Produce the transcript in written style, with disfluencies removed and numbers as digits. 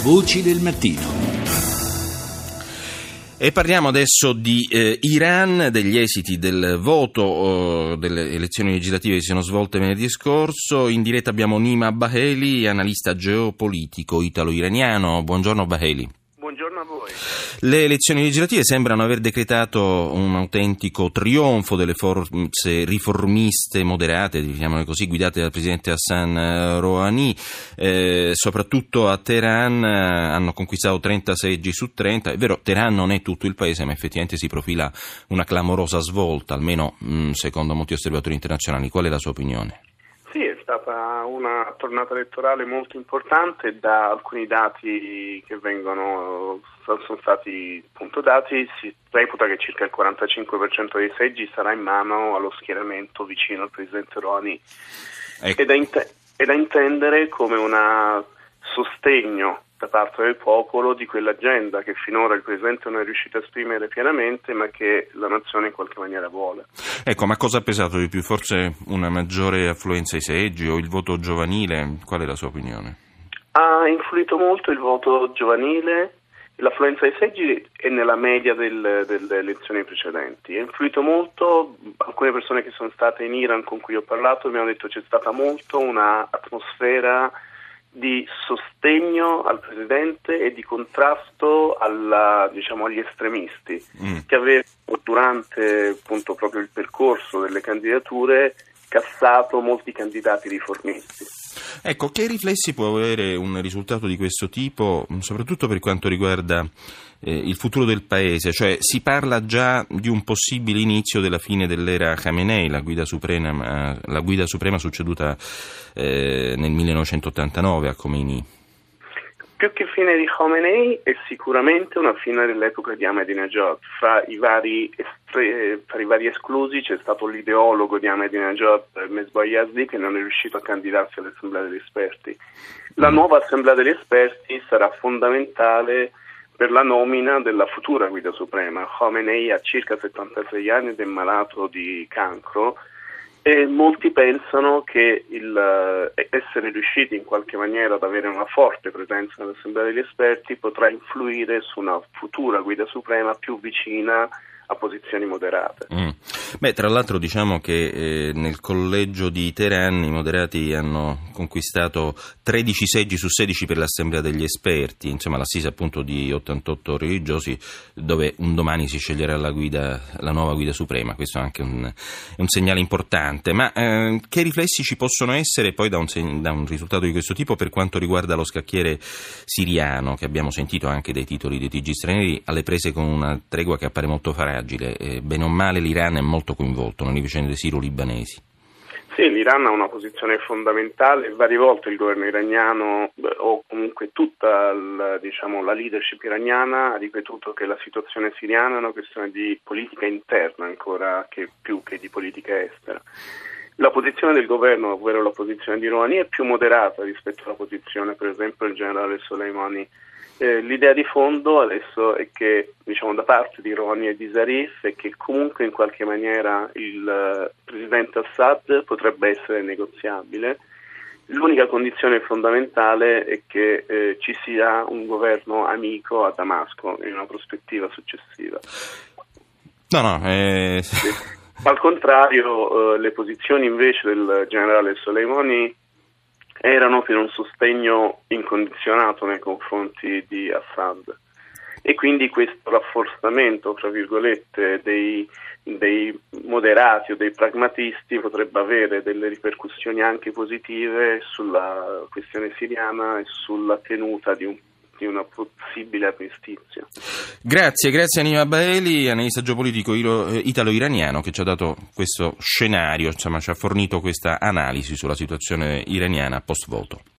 Voci del mattino. E parliamo adesso di Iran, degli esiti del voto delle elezioni legislative che si sono svolte venerdì scorso. In diretta abbiamo Nima Baheli, analista geopolitico italo-iraniano. Buongiorno Baheli. Buongiorno a voi. Le elezioni legislative sembrano aver decretato un autentico trionfo delle forze riformiste moderate, diciamole così, guidate dal presidente Hassan Rouhani. Soprattutto a Teheran hanno conquistato 30 seggi su 30. È vero, Teheran non è tutto il paese, ma effettivamente si profila una clamorosa svolta, almeno secondo molti osservatori internazionali. Qual è la sua opinione? Sì, è stata una tornata elettorale molto importante. Da alcuni dati che sono stati appunto dati, si reputa che circa il 45% dei seggi sarà in mano allo schieramento vicino al presidente Rouhani. Ecco. È da intendere come un sostegno da parte del popolo di quell'agenda che finora il Presidente non è riuscito a esprimere pienamente, ma che la nazione in qualche maniera vuole. Ecco, ma cosa ha pesato di più? Forse una maggiore affluenza ai seggi o il voto giovanile? Qual è la sua opinione? Ha influito molto il voto giovanile, l'affluenza ai seggi è nella media delle elezioni precedenti. Ha influito molto, alcune persone che sono state in Iran con cui ho parlato mi hanno detto che c'è stata molto una atmosfera di sostegno al presidente e di contrasto agli estremisti che avevano durante appunto proprio il percorso delle candidature cassato molti candidati riformisti. Ecco, che riflessi può avere un risultato di questo tipo, soprattutto per quanto riguarda il futuro del paese? Cioè, si parla già di un possibile inizio della fine dell'era Khamenei, la guida suprema succeduta nel 1989 a Khomeini. Più che fine di Khamenei è sicuramente una fine dell'epoca di Ahmadinejad. Fra i vari esclusi c'è stato l'ideologo di Ahmadinejad, Mesbah Yazdi, che non è riuscito a candidarsi all'Assemblea degli esperti. La nuova Assemblea degli esperti sarà fondamentale per la nomina della futura guida suprema. Khamenei ha circa 76 anni ed è malato di cancro. E molti pensano che essere riusciti in qualche maniera ad avere una forte presenza nell'Assemblea degli esperti potrà influire su una futura guida suprema più vicina a posizioni moderate. Beh, tra l'altro diciamo che nel collegio di Teheran i moderati hanno conquistato 13 seggi su 16 per l'Assemblea degli esperti, insomma l'assise appunto di 88 religiosi, dove un domani si sceglierà la nuova guida suprema. Questo è anche un segnale importante. Ma che riflessi ci possono essere poi da un risultato di questo tipo per quanto riguarda lo scacchiere siriano, che abbiamo sentito anche dai titoli dei TG stranieri, alle prese con una tregua che appare molto fragile? Bene o male l'Iran è molto coinvolto nelle vicende siro-libanesi. Sì, l'Iran ha una posizione fondamentale. Varie volte il governo iraniano o comunque tutta la leadership iraniana ha ripetuto che la situazione siriana è una questione di politica interna ancora che più che di politica estera. La posizione del governo, ovvero la posizione di Rouhani, è più moderata rispetto alla posizione per esempio del generale Soleimani. L'idea di fondo adesso è che da parte di Rouhani e di Zarif è che comunque in qualche maniera il presidente Assad potrebbe essere negoziabile. L'unica condizione fondamentale è che ci sia un governo amico a Damasco in una prospettiva successiva. Sì. Al contrario, le posizioni invece del generale Soleimani erano per un sostegno incondizionato nei confronti di Assad e quindi questo rafforzamento, tra virgolette, dei moderati o dei pragmatisti potrebbe avere delle ripercussioni anche positive sulla questione siriana e sulla tenuta di una possibile armistizio. Grazie a Nima Baheli, analista geopolitico italo-iraniano, che ci ha dato questo scenario, insomma ci ha fornito questa analisi sulla situazione iraniana post voto.